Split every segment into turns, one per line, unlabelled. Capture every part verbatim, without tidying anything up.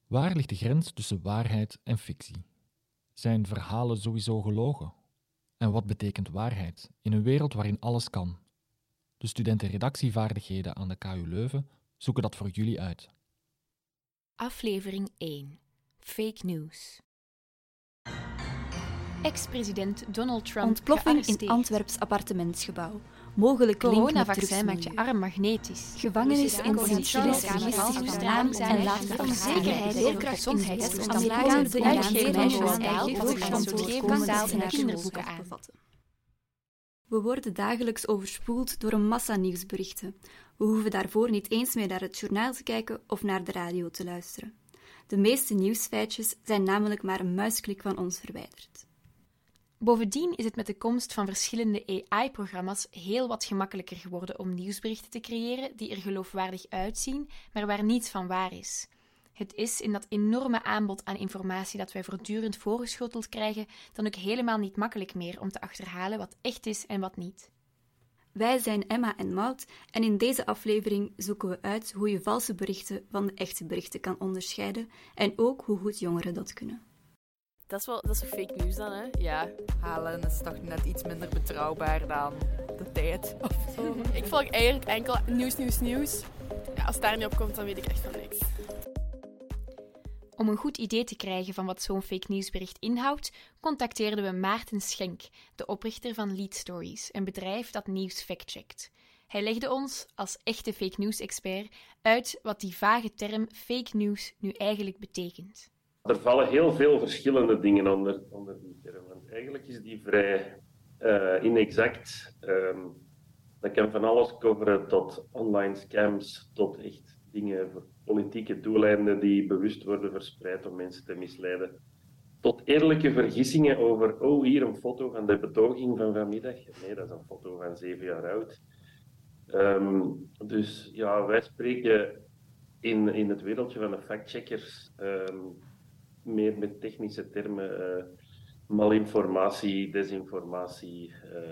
Waar ligt de grens tussen waarheid en fictie? Zijn verhalen sowieso gelogen? En wat betekent waarheid in een wereld waarin alles kan? De studenten redactievaardigheden aan de K U Leuven zoeken dat voor jullie uit.
Aflevering één. Fake news. Ex-president Donald Trump
Ontploffing in
gearresteerd.
Antwerps appartementsgebouw. Mogelijk link met
Coronavaccin maakt je
drugsmilieu.
arm magnetisch.
Gevangenis in
Politie-Trump
van naam en later
onzekerheid
verhaal.
over gezondheidstoestand.
Amerikaanse
uitgever
uitgever
van taal
eigen
over
verstand
geen
voorkomen
taal
dat
in
haar
kinderboeken
kinderboeken
aan.
bevatten. We worden dagelijks overspoeld door een massa nieuwsberichten. We hoeven daarvoor niet eens meer naar het journaal te kijken of naar de radio te luisteren. De meeste nieuwsfeitjes zijn namelijk maar een muisklik van ons verwijderd.
Bovendien is het met de komst van verschillende A I-programma's heel wat gemakkelijker geworden om nieuwsberichten te creëren die er geloofwaardig uitzien, maar waar niets van waar is. Het is in dat enorme aanbod aan informatie dat wij voortdurend voorgeschoteld krijgen dan ook helemaal niet makkelijk meer om te achterhalen wat echt is en wat niet.
Wij zijn Emma en Maud en in deze aflevering zoeken we uit hoe je valse berichten van de echte berichten kan onderscheiden en ook hoe goed jongeren dat kunnen.
Dat is wel dat is fake news dan, hè? Ja, halen is toch net iets minder betrouwbaar dan de tijd of zo.
Ik volg eigenlijk enkel nieuws, nieuws, nieuws. Ja, als het daar niet op komt, dan weet ik echt van niks.
Om een goed idee te krijgen van wat zo'n fake nieuwsbericht inhoudt, contacteerden we Maarten Schenk, de oprichter van Lead Stories, een bedrijf dat nieuws factcheckt. Hij legde ons, als echte fake news-expert, uit wat die vage term fake news nu eigenlijk betekent.
Er vallen heel veel verschillende dingen onder, onder die term. Want eigenlijk is die vrij uh, inexact. Um, dat kan van alles coveren tot online scams, tot echt dingen voor politieke doeleinden die bewust worden verspreid om mensen te misleiden. Tot eerlijke vergissingen over, oh, hier een foto van de betoging van vanmiddag. Nee, dat is een foto van zeven jaar oud. Um, dus ja, wij spreken in, in het wereldje van de factcheckers um, meer met technische termen, uh, malinformatie, desinformatie,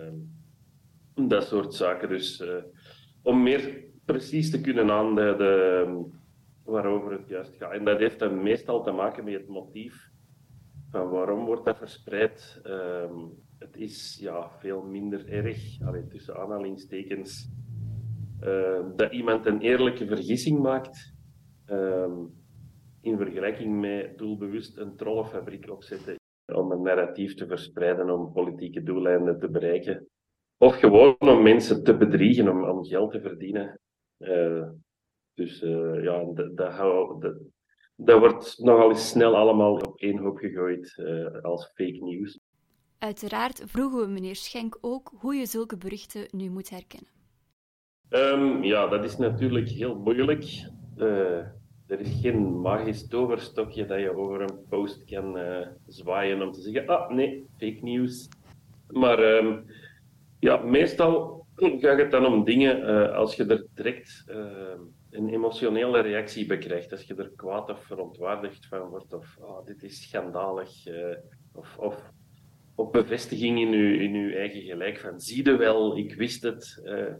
uh, dat soort zaken. Dus uh, om meer precies te kunnen aanduiden um, waarover het juist gaat. En dat heeft dan meestal te maken met het motief van waarom wordt dat verspreid. Um, het is ja, veel minder erg, allee, tussen aanhalingstekens, uh, dat iemand een eerlijke vergissing maakt. Um, in vergelijking met doelbewust een trollenfabriek opzetten om een narratief te verspreiden om politieke doeleinden te bereiken. Of gewoon om mensen te bedriegen, om, om geld te verdienen. Uh, dus uh, ja, dat, dat, dat, dat wordt nogal eens snel allemaal op één hoop gegooid uh, als fake news.
Uiteraard vroegen we meneer Schenk ook hoe je zulke berichten nu moet herkennen.
Um, ja, dat is natuurlijk heel moeilijk. Uh, Er is geen magisch toverstokje dat je over een post kan uh, zwaaien om te zeggen, ah nee, fake news. Maar um, ja, meestal gaat het dan om dingen, uh, als je er direct uh, een emotionele reactie bij krijgt, als je er kwaad of verontwaardigd van wordt, of oh, dit is schandalig, uh, of, of op bevestiging in je, in uw eigen gelijk van, zie je wel, ik wist het. Uh,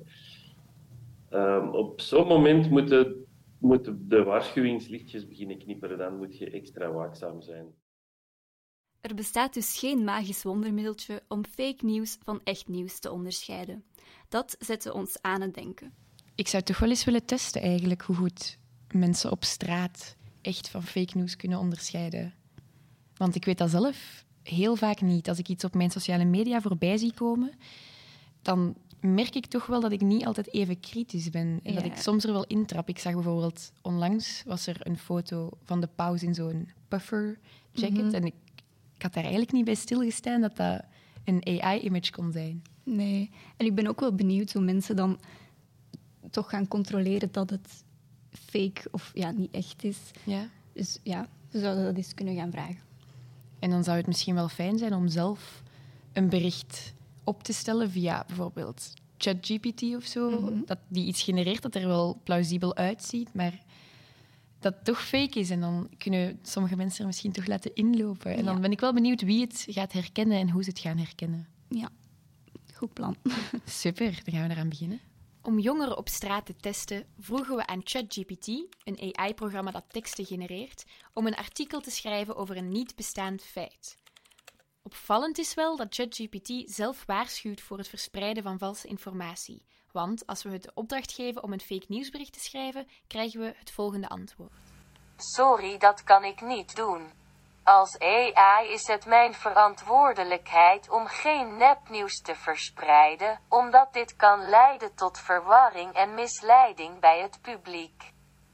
um, op zo'n moment moet je moeten de waarschuwingslichtjes beginnen knipperen, dan moet je extra waakzaam zijn.
Er bestaat dus geen magisch wondermiddeltje om fake nieuws van echt nieuws te onderscheiden. Dat zette ons aan het denken.
Ik zou toch wel eens willen testen eigenlijk hoe goed mensen op straat echt van fake news kunnen onderscheiden. Want ik weet dat zelf heel vaak niet. Als ik iets op mijn sociale media voorbij zie komen, dan merk ik toch wel dat ik niet altijd even kritisch ben. En ja. dat ik soms er wel intrap. Ik zag bijvoorbeeld onlangs was er een foto van de paus in zo'n puffer jacket. Mm-hmm. En ik, ik had daar eigenlijk niet bij stilgestaan dat dat een A I-image kon zijn.
Nee. En ik ben ook wel benieuwd hoe mensen dan toch gaan controleren dat het fake of ja, niet echt is.
Ja.
Dus ja, we zouden dat eens kunnen gaan vragen.
En dan zou het misschien wel fijn zijn om zelf een bericht op te stellen via bijvoorbeeld ChatGPT of zo. Mm-hmm. Dat die iets genereert dat er wel plausibel uitziet, maar dat toch fake is. En dan kunnen sommige mensen er misschien toch laten inlopen. En ja. dan ben ik wel benieuwd wie het gaat herkennen en hoe ze het gaan herkennen.
Ja, goed plan.
Super, dan gaan we eraan beginnen.
Om jongeren op straat te testen, vroegen we aan ChatGPT, een A I-programma dat teksten genereert, om een artikel te schrijven over een niet bestaand feit. Opvallend is wel dat ChatGPT zelf waarschuwt voor het verspreiden van valse informatie. Want als we het de opdracht geven om een fake nieuwsbericht te schrijven, krijgen we het volgende antwoord.
Sorry, dat kan ik niet doen. Als A I is het mijn verantwoordelijkheid om geen nepnieuws te verspreiden, omdat dit kan leiden tot verwarring en misleiding bij het publiek.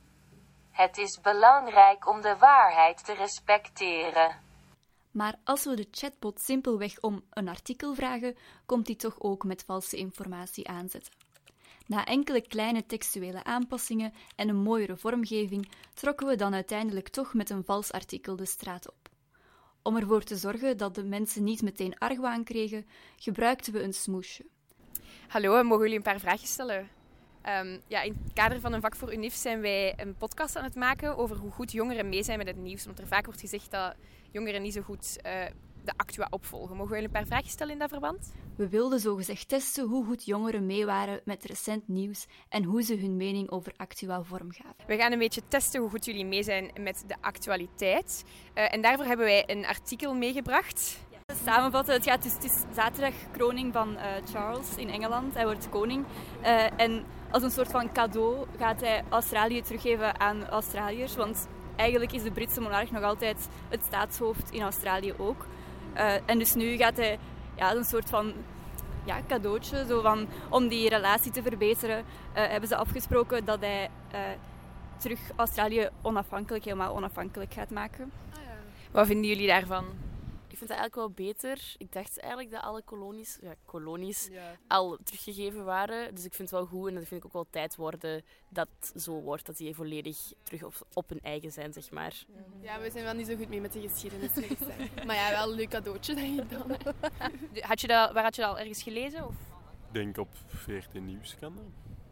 Het is belangrijk om de waarheid te respecteren.
Maar als we de chatbot simpelweg om een artikel vragen, komt die toch ook met valse informatie aanzetten. Na enkele kleine textuele aanpassingen en een mooiere vormgeving, trokken we dan uiteindelijk toch met een vals artikel de straat op. Om ervoor te zorgen dat de mensen niet meteen argwaan kregen, gebruikten we een smoesje.
Hallo, mogen jullie een paar vraagjes stellen? Um, ja, in het kader van een vak voor UNIF zijn wij een podcast aan het maken over hoe goed jongeren mee zijn met het nieuws. Want er vaak wordt gezegd dat jongeren niet zo goed uh, de actua opvolgen. Mogen wij een paar vraagjes stellen in dat verband?
We wilden zogezegd testen hoe goed jongeren mee waren met recent nieuws en hoe ze hun mening over actua vormgaven.
We gaan een beetje testen hoe goed jullie mee zijn met de actualiteit. Uh, en daarvoor hebben wij een artikel meegebracht.
Ja. Samenvatten, het, gaat dus, het is zaterdag kroning van uh, Charles in Engeland. Hij wordt koning. Uh, en als een soort van cadeau gaat hij Australië teruggeven aan Australiërs. Want eigenlijk is de Britse monarch nog altijd het staatshoofd in Australië ook. Uh, en dus nu gaat hij ja, een soort van ja, cadeautje, zo van, om die relatie te verbeteren, uh, hebben ze afgesproken dat hij uh, terug Australië onafhankelijk, helemaal onafhankelijk gaat maken.
Ah, ja. Wat vinden jullie daarvan?
Ik vind het eigenlijk wel beter. Ik dacht eigenlijk dat alle kolonies, ja, kolonies
ja.
al teruggegeven waren. Dus ik vind het wel goed en dat vind ik ook wel tijd worden dat het zo wordt. Dat die volledig terug op, op hun eigen zijn, zeg maar.
Ja, we zijn wel niet zo goed mee met de geschiedenis. Maar ja, wel een leuk cadeautje, denk ik dan. Had je dat, waar had je dat al ergens gelezen? Of?
Ik denk op veertien Nieuwskanaal.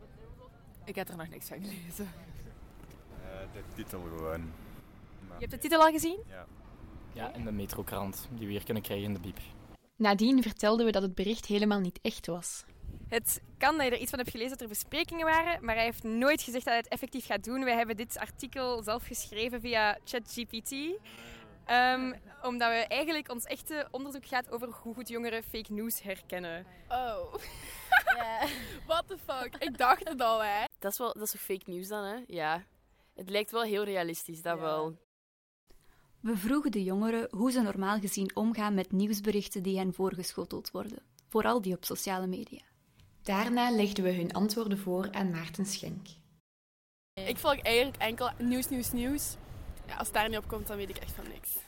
Ik heb er nog niks van gelezen.
Uh, de titel gewoon.
Maar je hebt de titel al gezien?
Ja.
Ja, in de Metrokrant, die we hier kunnen krijgen in de bieb.
Nadien vertelden we dat het bericht helemaal niet echt was.
Het kan dat je er iets van hebt gelezen dat er besprekingen waren, maar hij heeft nooit gezegd dat hij het effectief gaat doen. Wij hebben dit artikel zelf geschreven via ChatGPT. Um, omdat we eigenlijk ons echte onderzoek gaat over hoe goed jongeren fake news herkennen.
Oh.
Yeah. What the fuck? Ik dacht het al, hè.
Dat is wel dat is toch fake news dan, hè? Ja. Het lijkt wel heel realistisch, dat ja. wel.
We vroegen de jongeren hoe ze normaal gezien omgaan met nieuwsberichten die hen voorgeschoteld worden. Vooral die op sociale media.
Daarna legden we hun antwoorden voor aan Maarten Schenk.
Ik volg eigenlijk enkel nieuws, nieuws, nieuws. Ja, als het daar niet op komt, dan weet ik echt van niks.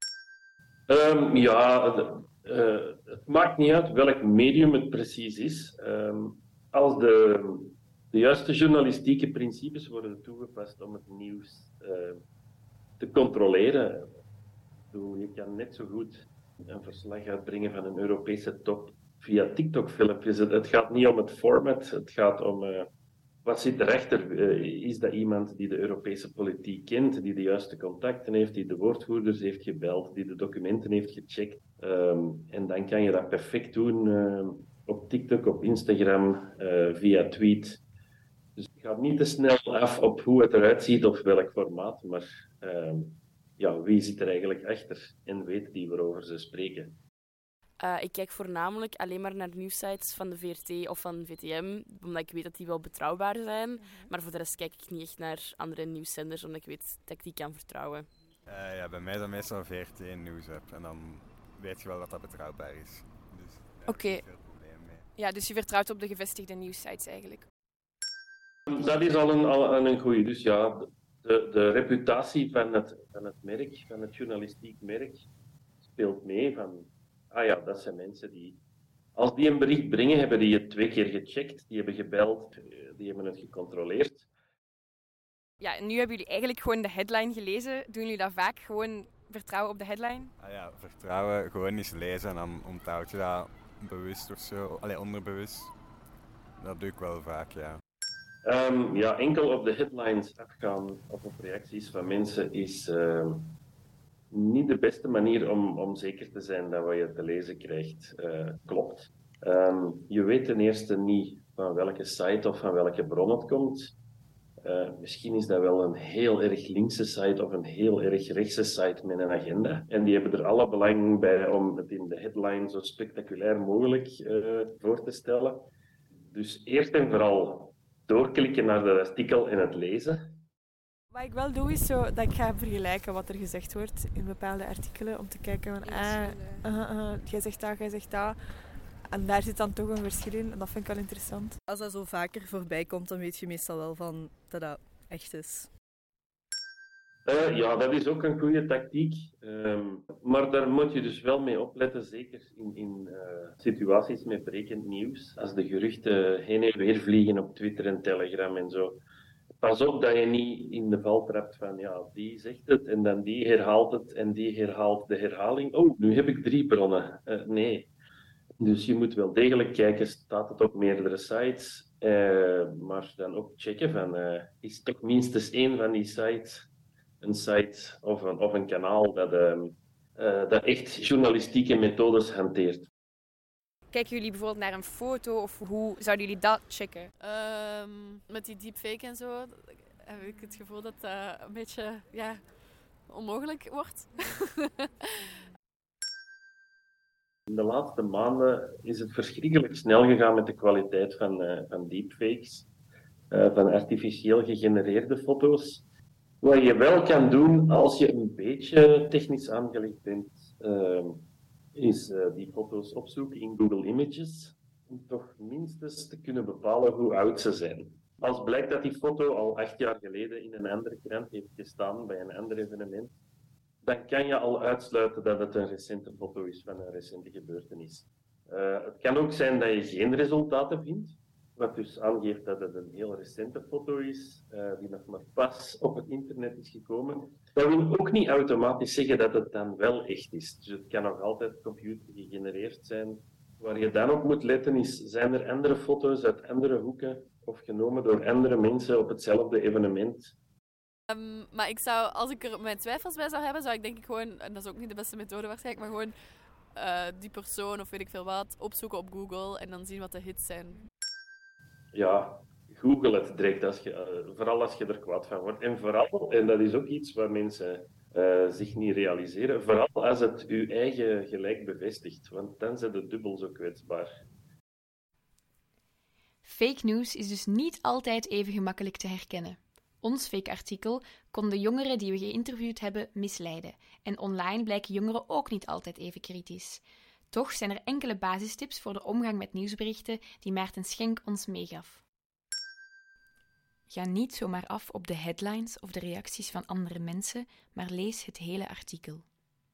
Um, ja, de, uh, het maakt niet uit welk medium het precies is. Um, als de, de juiste journalistieke principes worden toegepast om het nieuws uh, te controleren. Je kan net zo goed een verslag uitbrengen van een Europese top via TikTok-filmpjes. Het gaat niet om het format, het gaat om uh, wat zit erachter. Uh, is dat iemand die de Europese politiek kent, die de juiste contacten heeft, die de woordvoerders heeft gebeld, die de documenten heeft gecheckt. Um, en dan kan je dat perfect doen uh, op TikTok, op Instagram, uh, via tweet. Dus het gaat niet te snel af op hoe het eruit ziet of welk formaat, maar um, ja, wie zit er eigenlijk achter en weet die waarover ze spreken.
Uh, ik kijk voornamelijk alleen maar naar nieuwssites van de V R T of van V T M, omdat ik weet dat die wel betrouwbaar zijn. Mm-hmm. Maar voor de rest kijk ik niet echt naar andere nieuwszenders, omdat ik weet dat ik die kan vertrouwen.
Uh, ja, bij mij is dat meestal V R T en Nieuwsapp en dan weet je wel dat dat betrouwbaar is. Dus daar
Oké.
heb ik niet veel probleem mee.
Ja, dus je vertrouwt op de gevestigde nieuwssites eigenlijk?
Dat is al een, al een goeie. Dus ja, de, de reputatie van het, van het merk, van het journalistiek merk, speelt mee. Van, ah ja, dat zijn mensen die, als die een bericht brengen, hebben die het twee keer gecheckt, die hebben gebeld, die hebben het gecontroleerd.
Ja, en nu hebben jullie eigenlijk gewoon de headline gelezen. Doen jullie dat vaak? Gewoon vertrouwen op de headline?
Ah ja, vertrouwen, gewoon eens lezen en dan onthoud je dat bewust of zo, allee, onderbewust. Dat doe ik wel vaak, ja.
Um, ja, enkel op de headlines afgaan of op reacties van mensen is uh, niet de beste manier om, om zeker te zijn dat wat je te lezen krijgt uh, klopt. Um, je weet ten eerste niet van welke site of van welke bron het komt. Uh, misschien is dat wel een heel erg linkse site of een heel erg rechtse site met een agenda. En die hebben er alle belang bij om het in de headline zo spectaculair mogelijk uh, voor te stellen. Dus eerst en vooral doorklikken naar dat artikel en het lezen.
Wat ik wel doe is zo dat ik ga vergelijken wat er gezegd wordt in bepaalde artikelen. Om te kijken van, ah, uh, uh, jij zegt dat, jij zegt dat. En daar zit dan toch een verschil in en dat vind ik wel interessant.
Als dat zo vaker voorbij komt, dan weet je meestal wel van dat dat echt is.
Uh, ja, dat is ook een goede tactiek. Um, maar daar moet je dus wel mee opletten, zeker in, in uh, situaties met brekend nieuws. Als de geruchten heen en weer vliegen op Twitter en Telegram en zo. Pas op dat je niet in de val trapt van, ja, die zegt het en dan die herhaalt het en die herhaalt de herhaling. Oh, nu heb ik drie bronnen. Uh, nee. Dus je moet wel degelijk kijken, staat het op meerdere sites, uh, maar dan ook checken van, uh, is toch minstens één van die sites een site of een, of een kanaal dat, uh, uh, dat echt journalistieke methodes hanteert.
Kijken jullie bijvoorbeeld naar een foto of hoe zouden jullie dat checken?
Um, met die deepfake en zo heb ik het gevoel dat dat een beetje ja, onmogelijk wordt.
In de laatste maanden is het verschrikkelijk snel gegaan met de kwaliteit van, uh, van deepfakes, uh, van artificieel gegenereerde foto's. Wat je wel kan doen als je een beetje technisch aangelegd bent, uh, is uh, die foto's opzoeken in Google Images, om toch minstens te kunnen bepalen hoe oud ze zijn. Als blijkt dat die foto al acht jaar geleden in een andere krant heeft gestaan bij een ander evenement, dan kan je al uitsluiten dat het een recente foto is van een recente gebeurtenis. Uh, het kan ook zijn dat je geen resultaten vindt, wat dus aangeeft dat het een heel recente foto is, uh, die nog maar pas op het internet is gekomen. Dat wil ook niet automatisch zeggen dat het dan wel echt is. Dus het kan nog altijd computer gegenereerd zijn. Waar je dan op moet letten is, zijn er andere foto's uit andere hoeken of genomen door andere mensen op hetzelfde evenement?
Um, maar ik zou, als ik er mijn twijfels bij zou hebben, zou ik denk ik gewoon, en dat is ook niet de beste methode waarschijnlijk, maar gewoon uh, die persoon of weet ik veel wat, opzoeken op Google en dan zien wat de hits zijn.
Ja, Google het direct, als je, uh, vooral als je er kwaad van wordt. En vooral, en dat is ook iets wat mensen uh, zich niet realiseren, vooral als het je eigen gelijk bevestigt, want dan zijn ze dubbel zo kwetsbaar.
Fake news is dus niet altijd even gemakkelijk te herkennen. Ons fake-artikel kon de jongeren die we geïnterviewd hebben misleiden. En online blijken jongeren ook niet altijd even kritisch. Toch zijn er enkele basistips voor de omgang met nieuwsberichten die Maarten Schenk ons meegaf. Ga niet zomaar af op de headlines of de reacties van andere mensen, maar lees het hele artikel.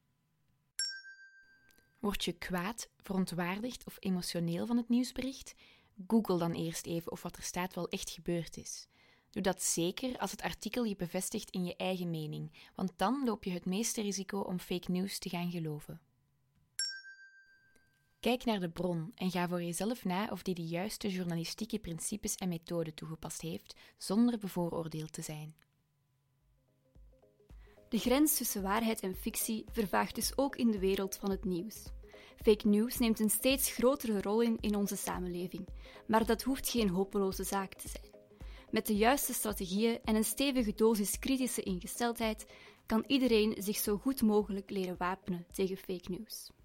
Word je kwaad, verontwaardigd of emotioneel van het nieuwsbericht? Google dan eerst even of wat er staat wel echt gebeurd is. Doe dat zeker als het artikel je bevestigt in je eigen mening, want dan loop je het meeste risico om fake news te gaan geloven. Kijk naar de bron en ga voor jezelf na of die de juiste journalistieke principes en methoden toegepast heeft, zonder bevooroordeeld te zijn.
De grens tussen waarheid en fictie vervaagt dus ook in de wereld van het nieuws. Fake news neemt een steeds grotere rol in in onze samenleving, maar dat hoeft geen hopeloze zaak te zijn. Met de juiste strategieën en een stevige dosis kritische ingesteldheid kan iedereen zich zo goed mogelijk leren wapenen tegen fake news.